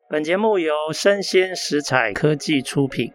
本节目由生鲜食材科技出品。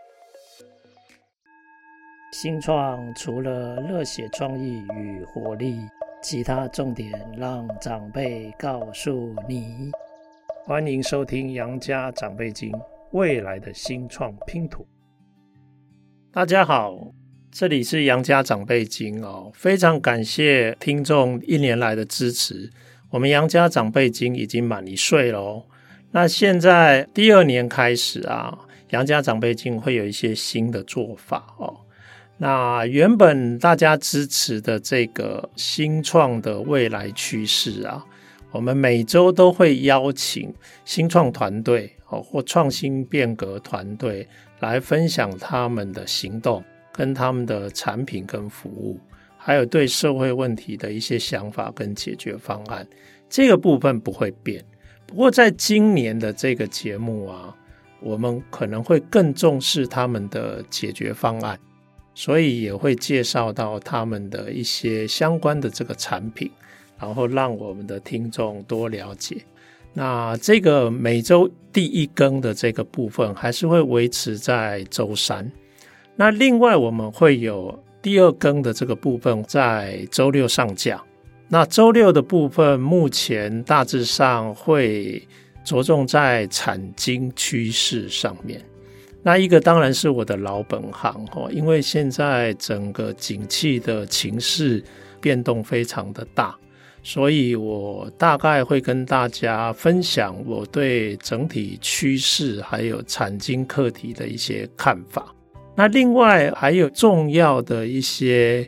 新创除了热血创意与活力，其他重点让长辈告诉你。欢迎收听杨家长辈经，未来的新创拼图。大家好，这里是杨家长辈经非常感谢听众1年来的支持。我们杨家长辈经已经满1岁了那现在第2年开始杨家长辈经会有一些新的做法那原本大家支持的这个新创的未来趋势我们每周都会邀请新创团队或创新变革团队来分享他们的行动跟他们的产品跟服务，还有对社会问题的一些想法跟解决方案，这个部分不会变。不过在今年的这个节目我们可能会更重视他们的解决方案，所以也会介绍到他们的一些相关的这个产品，然后让我们的听众多了解。那这个每周第1更的这个部分还是会维持在周3，那另外我们会有第2更的这个部分在周6上架。那周6的部分目前大致上会着重在产经趋势上面。那一个当然是我的老本行因为现在整个景气的情势变动非常的大，所以我大概会跟大家分享我对整体趋势还有产经课题的一些看法。那另外还有重要的一些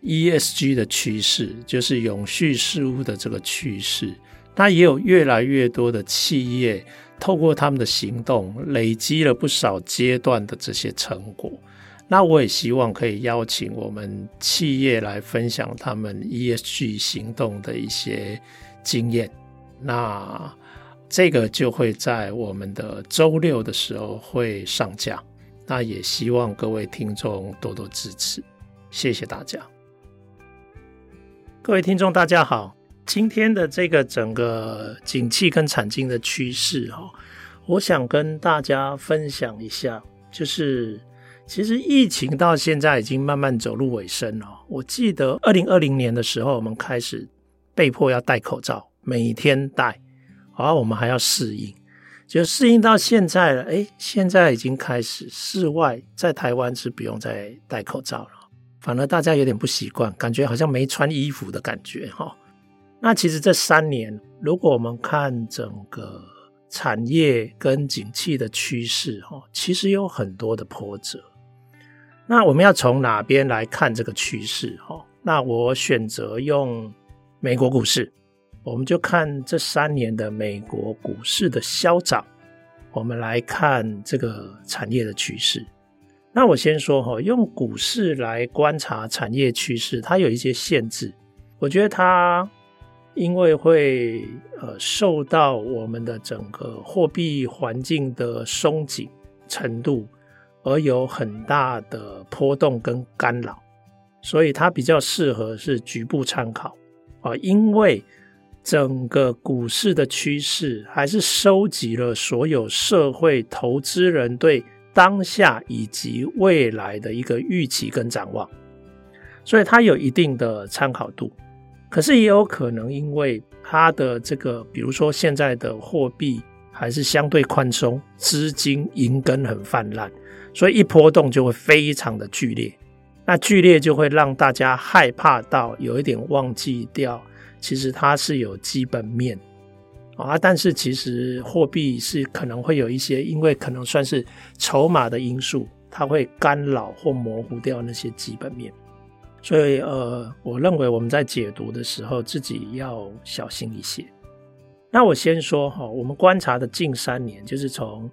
ESG 的趋势，就是永续事物的这个趋势，那也有越来越多的企业透过他们的行动累积了不少阶段的这些成果。那我也希望可以邀请我们企业来分享他们 ESG 行动的一些经验。那这个就会在我们的周6的时候会上架，那也希望各位听众多多支持，谢谢大家。各位听众大家好，今天的这个整个景气跟产经的趋势我想跟大家分享一下，就是其实疫情到现在已经慢慢走入尾声了。我记得2020年的时候我们开始被迫要戴口罩，每天戴，我们还要适应，就适应到现在了。现在已经开始室外在台湾是不用再戴口罩了，反而大家有点不习惯，感觉好像没穿衣服的感觉那其实这3年如果我们看整个产业跟景气的趋势其实有很多的波折。那我们要从哪边来看这个趋势那我选择用美国股市，我们就看这3年的美国股市的消涨，我们来看这个产业的趋势。那我先说用股市来观察产业趋势，它有一些限制。我觉得它因为会受到我们的整个货币环境的松紧程度而有很大的波动跟干扰，所以它比较适合是局部参考因为整个股市的趋势还是收集了所有社会投资人对当下以及未来的一个预期跟展望，所以它有一定的参考度。可是也有可能因为它的这个比如说现在的货币还是相对宽松，资金银根很泛滥，所以一波动就会非常的剧烈，那剧烈就会让大家害怕到有一点忘记掉其实它是有基本面但是其实货币是可能会有一些因为可能算是筹码的因素，它会干扰或模糊掉那些基本面。所以我认为我们在解读的时候自己要小心一些。那我先说我们观察的近3年，就是从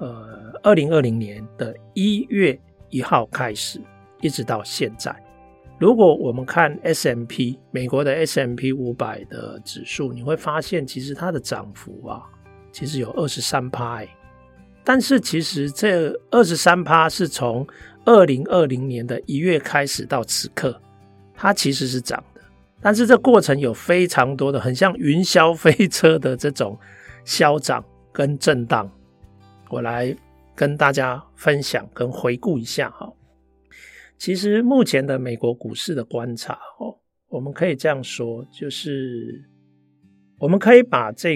2020年的1月1号开始一直到现在，如果我们看 S&P 美国的 S&P 500的指数，你会发现其实它的涨幅其实有 23%但是其实这 23% 是从2020年的1月开始到此刻，它其实是涨的，但是这过程有非常多的很像云霄飞车的这种消涨跟震荡，我来跟大家分享跟回顾一下。其实目前的美国股市的观察，我们可以这样说，就是我们可以把这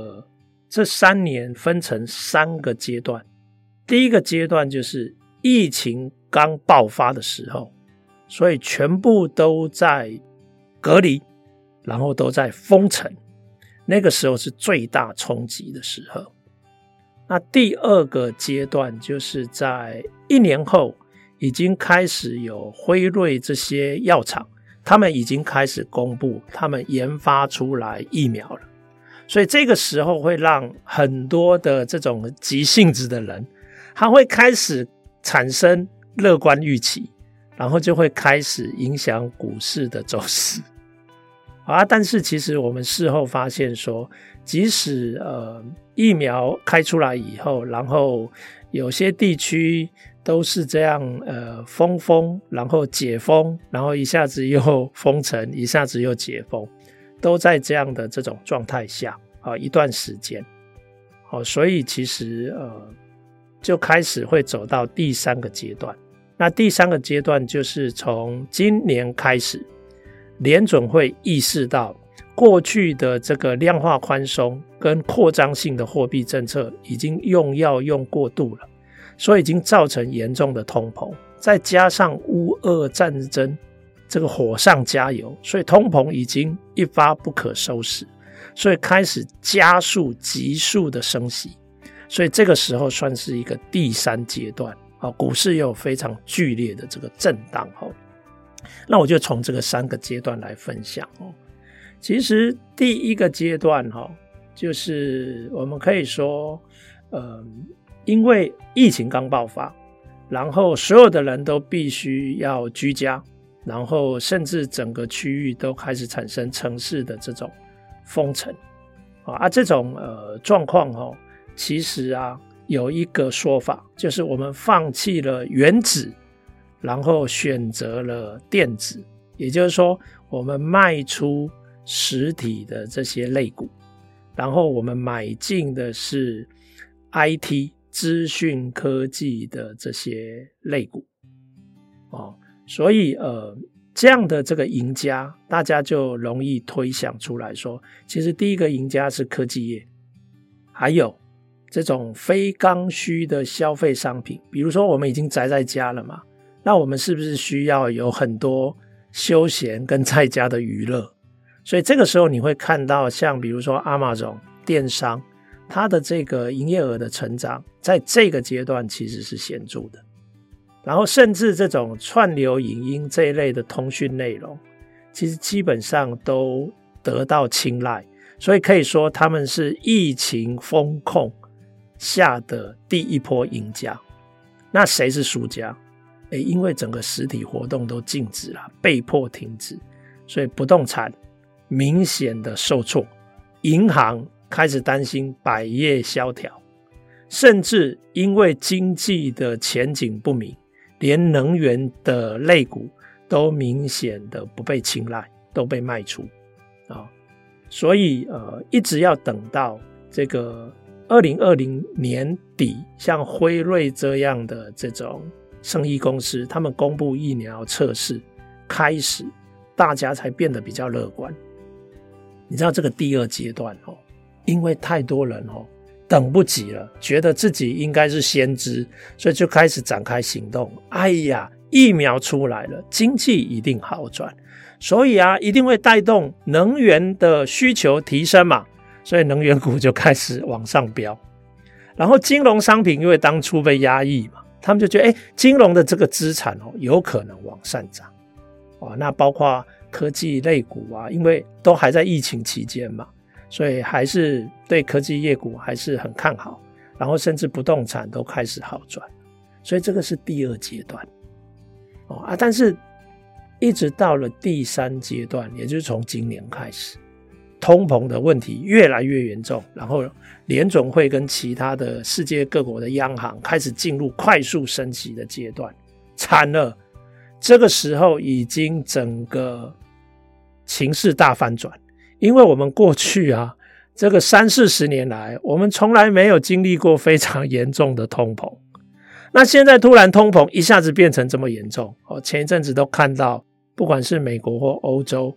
3年分成3个阶段。第一个阶段就是疫情刚爆发的时候，所以全部都在隔离，然后都在封城，那个时候是最大冲击的时候。那第二个阶段就是在1年后，已经开始有辉瑞这些药厂，他们已经开始公布他们研发出来疫苗了，所以这个时候会让很多的这种急性子的人，他会开始产生乐观预期，然后就会开始影响股市的走势。但是其实我们事后发现说，即使疫苗开出来以后，然后有些地区都是这样封，然后解封，然后一下子又封城，一下子又解封，都在这样的这种状态下一段时间。所以其实就开始会走到第3个阶段。那第3个阶段就是从今年开始，联准会意识到过去的这个量化宽松跟扩张性的货币政策已经用过度了，所以已经造成严重的通膨，再加上乌俄战争这个火上加油，所以通膨已经一发不可收拾，所以开始加速急速的升息，所以这个时候算是一个第3阶段，股市也有非常剧烈的这个震荡。那我就从这个3个阶段来分享。其实第1个阶段就是我们可以说因为疫情刚爆发，然后所有的人都必须要居家，然后甚至整个区域都开始产生城市的这种封城这种状况其实有一个说法，就是我们放弃了原子，然后选择了电子，也就是说我们卖出实体的这些类股，然后我们买进的是 IT 资讯科技的这些类股所以这样的这个赢家，大家就容易推想出来说，其实第一个赢家是科技业，还有这种非刚需的消费商品，比如说我们已经宅在家了嘛，那我们是不是需要有很多休闲跟在家的娱乐？所以这个时候你会看到像比如说 Amazon 电商，它的这个营业额的成长在这个阶段其实是显著的。然后甚至这种串流影音这一类的通讯内容，其实基本上都得到青睐，所以可以说他们是疫情封控下的第一波赢家。那谁是输家？因为整个实体活动都禁止了，被迫停止，所以不动产明显的受挫，银行开始担心百业萧条，甚至因为经济的前景不明，连能源的类股都明显的不被青睐，都被卖出所以一直要等到这个2020年底，像辉瑞这样的这种生医公司，他们公布疫苗测试开始，大家才变得比较乐观。你知道这个第2阶段因为太多人等不及了，觉得自己应该是先知，所以就开始展开行动。哎呀，疫苗出来了，经济一定好转，所以一定会带动能源的需求提升嘛，所以能源股就开始往上飙。然后金融商品因为当初被压抑嘛，他们就觉得金融的这个资产有可能往上涨那包括科技类股因为都还在疫情期间嘛，所以还是对科技业股还是很看好，然后甚至不动产都开始好转，所以这个是第2阶段但是一直到了第3阶段，也就是从今年开始，通膨的问题越来越严重，然后联准会跟其他的世界各国的央行开始进入快速升息的阶段，惨了，这个时候已经整个情势大反转。因为我们过去这个30-40年来，我们从来没有经历过非常严重的通膨。那现在突然通膨一下子变成这么严重，前一阵子都看到，不管是美国或欧洲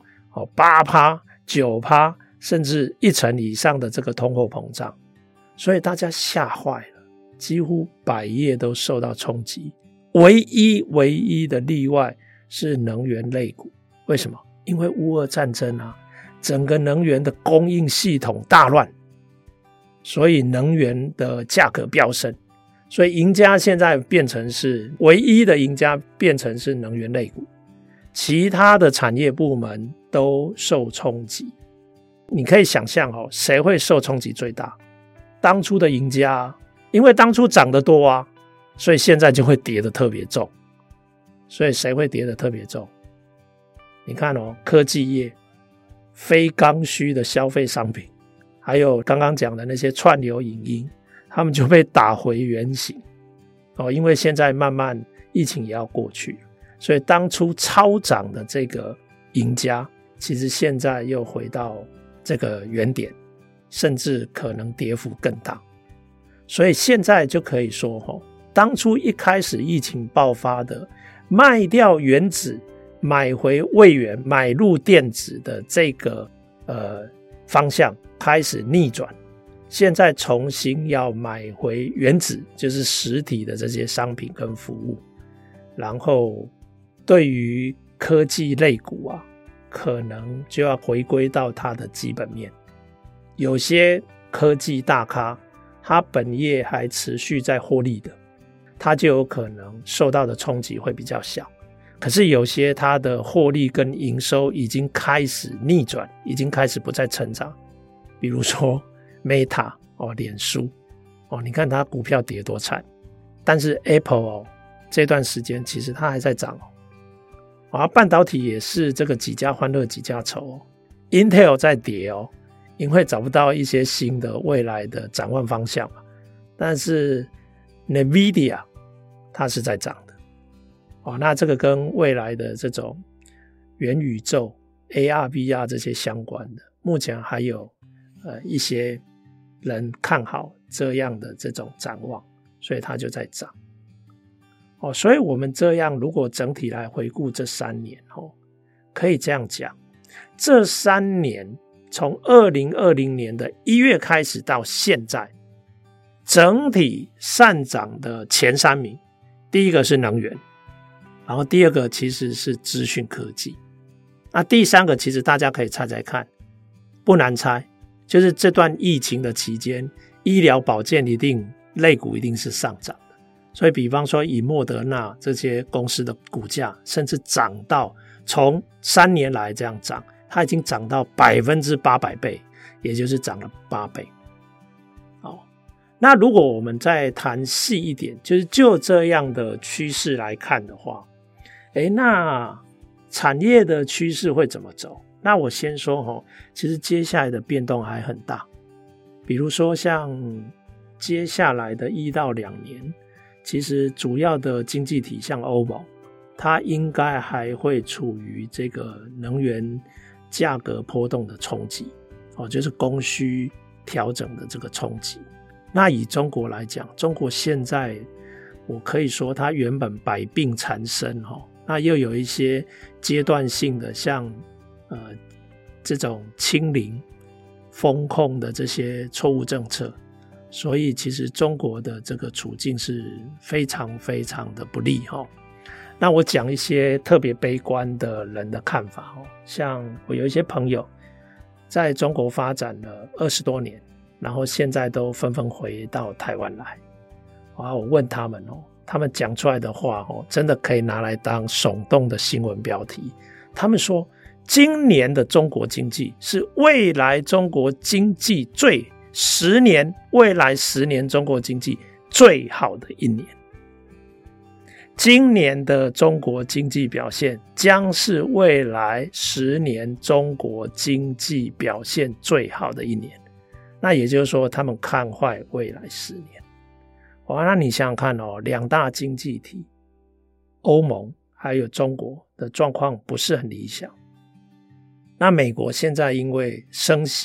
，8%、9%，甚至1%以上的这个通货膨胀，所以大家吓坏了，几乎百业都受到冲击。唯一的例外是能源类股。为什么？因为乌俄战争啊，整个能源的供应系统大乱，所以能源的价格飙升，所以赢家现在变成是唯一的赢家变成是能源类股，其他的产业部门都受冲击。你可以想象谁会受冲击最大？当初的赢家啊，因为当初涨得多啊，所以现在就会跌得特别重。所以谁会跌得特别重？你看科技业、非刚需的消费商品，还有刚刚讲的那些串流影音，他们就被打回原形。因为现在慢慢疫情也要过去，所以当初超涨的这个赢家，其实现在又回到这个原点，甚至可能跌幅更大。所以现在就可以说当初一开始疫情爆发的卖掉原子买回位元买入电子的这个方向开始逆转，现在重新要买回原子，就是实体的这些商品跟服务。然后对于科技类股啊，可能就要回归到它的基本面。有些科技大咖他本业还持续在获利的，他就有可能受到的冲击会比较小。可是有些他的获利跟营收已经开始逆转，已经开始不再成长，比如说 Meta 脸书你看它股票跌多惨，但是 Apple 这段时间其实它还在涨半导体也是这个几家欢乐几家愁Intel 在跌因为找不到一些新的未来的展望方向嘛。但是 Nvidia 它是在涨的那这个跟未来的这种元宇宙 AR、VR 这些相关的，目前还有一些人看好这样的这种展望，所以它就在涨所以我们这样如果整体来回顾这3年可以这样讲，这3年从2020年的1月开始到现在，整体上涨的前3名，第一个是能源，然后第二个其实是资讯科技，那第三个其实大家可以猜猜看，不难猜，就是这段疫情的期间，医疗保健类股一定是上涨的。所以比方说以莫德纳这些公司的股价甚至涨到从3年来这样涨，它已经涨到800倍，也就是涨了8倍。那如果我们再谈细一点，就是就这样的趋势来看的话，那产业的趋势会怎么走？那我先说其实接下来的变动还很大。比如说像接下来的1到2年，其实主要的经济体像欧盟，它应该还会处于这个能源价格波动的冲击就是供需调整的这个冲击。那以中国来讲，中国现在我可以说它原本百病缠身那又有一些阶段性的像这种清零风控的这些错误政策，所以其实中国的这个处境是非常非常的不利那我讲一些特别悲观的人的看法像我有一些朋友在中国发展了20多年，然后现在都纷纷回到台湾来我问他们他们讲出来的话真的可以拿来当耸动的新闻标题。他们说今年的中国经济是未来中国经济未来10年中国经济最好的一年。今年的中国经济表现将是未来10年中国经济表现最好的一年。那也就是说他们看坏未来10年那你想想看2大经济体欧盟还有中国的状况不是很理想。那美国现在因为升息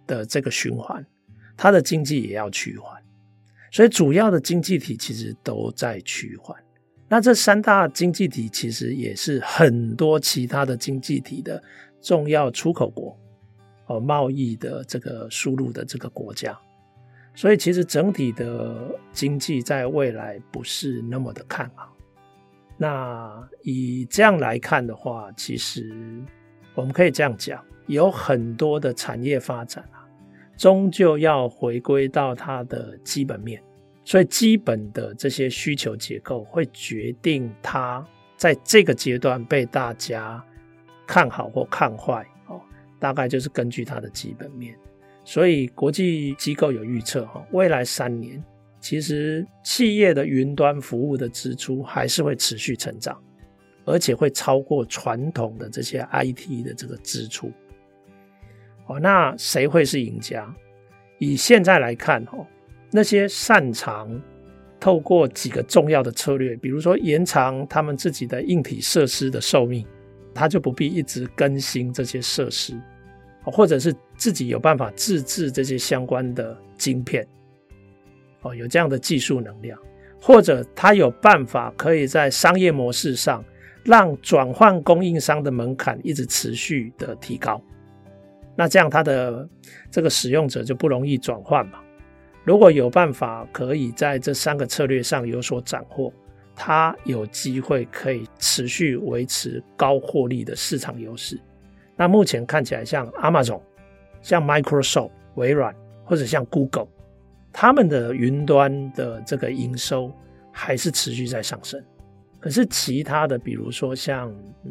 的这个循环，它的经济也要趋缓，所以主要的经济体其实都在趋缓。那这三大经济体其实也是很多其他的经济体的重要出口国，贸易的这个输入的这个国家，所以其实整体的经济在未来不是那么的看好。那以这样来看的话，其实我们可以这样讲，有很多的产业发展终究要回归到它的基本面，所以基本的这些需求结构会决定它在这个阶段被大家看好或看坏，大概就是根据它的基本面。所以国际机构有预测，未来3年其实企业的云端服务的支出还是会持续成长，而且会超过传统的这些 IT 的这个支出。那谁会是赢家？以现在来看，那些擅长透过几个重要的策略，比如说延长他们自己的硬体设施的寿命，他就不必一直更新这些设施，或者是自己有办法自制这些相关的晶片，有这样的技术能量，或者他有办法可以在商业模式上让转换供应商的门槛一直持续的提高，那这样他的这个使用者就不容易转换嘛。如果有办法可以在这3个策略上有所斩获，他有机会可以持续维持高获利的市场优势。那目前看起来像 Amazon、 像 Microsoft、 微软或者像 Google， 他们的云端的这个营收还是持续在上升。可是其他的比如说像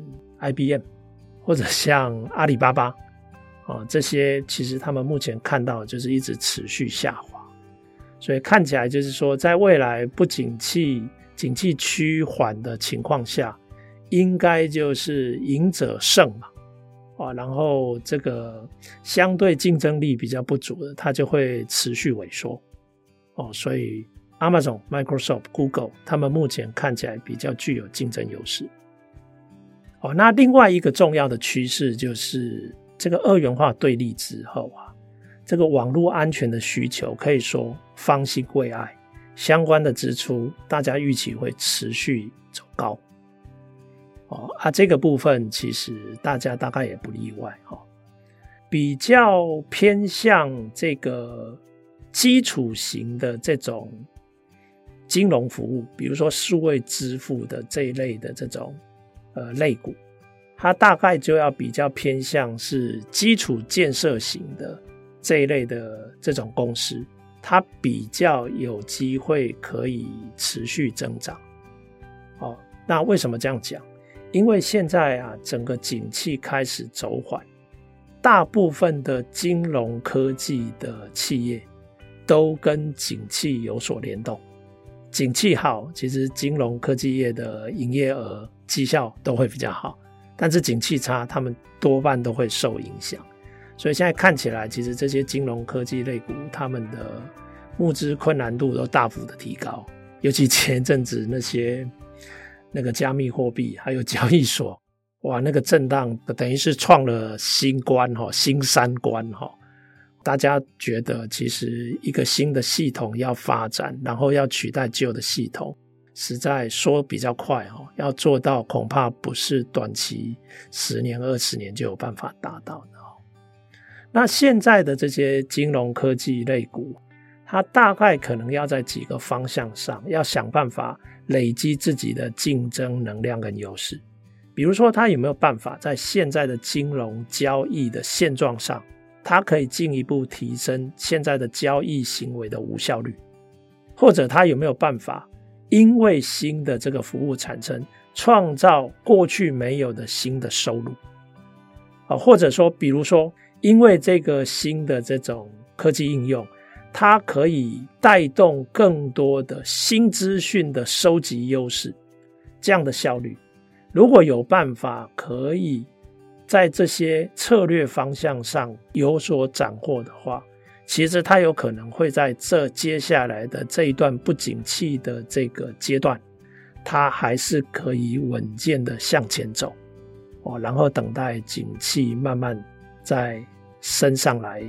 IBM 或者像阿里巴巴，这些其实他们目前看到就是一直持续下滑。所以看起来就是说在未来不景气趋缓的情况下，应该就是赢者胜嘛。然后这个相对竞争力比较不足的，它就会持续萎缩。所以 Amazon、 Microsoft、 Google 他们目前看起来比较具有竞争优势。那另外一个重要的趋势就是这个二元化对立之后这个网络安全的需求可以说方兴未艾，相关的支出大家预期会持续走高。这个部分其实大家大概也不例外。比较偏向这个基础型的这种金融服务，比如说数位支付的这一类的这种类股，它大概就要比较偏向是基础建设型的这一类的这种公司，它比较有机会可以持续增长。那为什么这样讲？因为现在整个景气开始走缓，大部分的金融科技的企业都跟景气有所联动。景气好，其实金融科技业的营业额绩效都会比较好，但是景气差，他们多半都会受影响。所以现在看起来，其实这些金融科技类股他们的募资困难度都大幅的提高，尤其前一阵子那个加密货币还有交易所，那个震荡等于是创了新关，新3关。大家觉得其实一个新的系统要发展，然后要取代旧的系统，实在说比较快，要做到恐怕不是短期10年20年就有办法达到的。那现在的这些金融科技类股，它大概可能要在几个方向上要想办法累积自己的竞争能量跟优势。比如说它有没有办法在现在的金融交易的现状上，它可以进一步提升现在的交易行为的无效率，或者它有没有办法因为新的这个服务产生创造过去没有的新的收入，或者说比如说因为这个新的这种科技应用，它可以带动更多的新资讯的收集优势，这样的效率如果有办法可以在这些策略方向上有所斩获的话，其实它有可能会在这接下来的这一段不景气的这个阶段，它还是可以稳健的向前走，然后等待景气慢慢再升上来，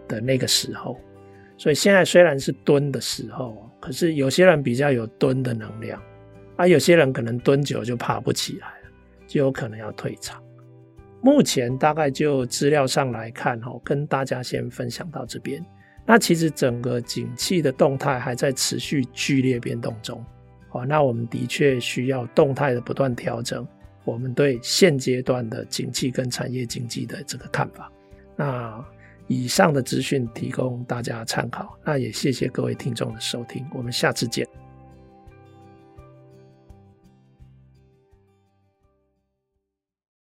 的那个时候。所以现在虽然是蹲的时候，可是有些人比较有蹲的能量有些人可能蹲久就爬不起来了，就有可能要退场。目前大概就资料上来看跟大家先分享到这边。那其实整个景气的动态还在持续剧烈变动中那我们的确需要动态的不断调整我们对现阶段的景气跟产业经济的这个看法。那以上的资讯提供大家参考，那也谢谢各位听众的收听，我们下次见。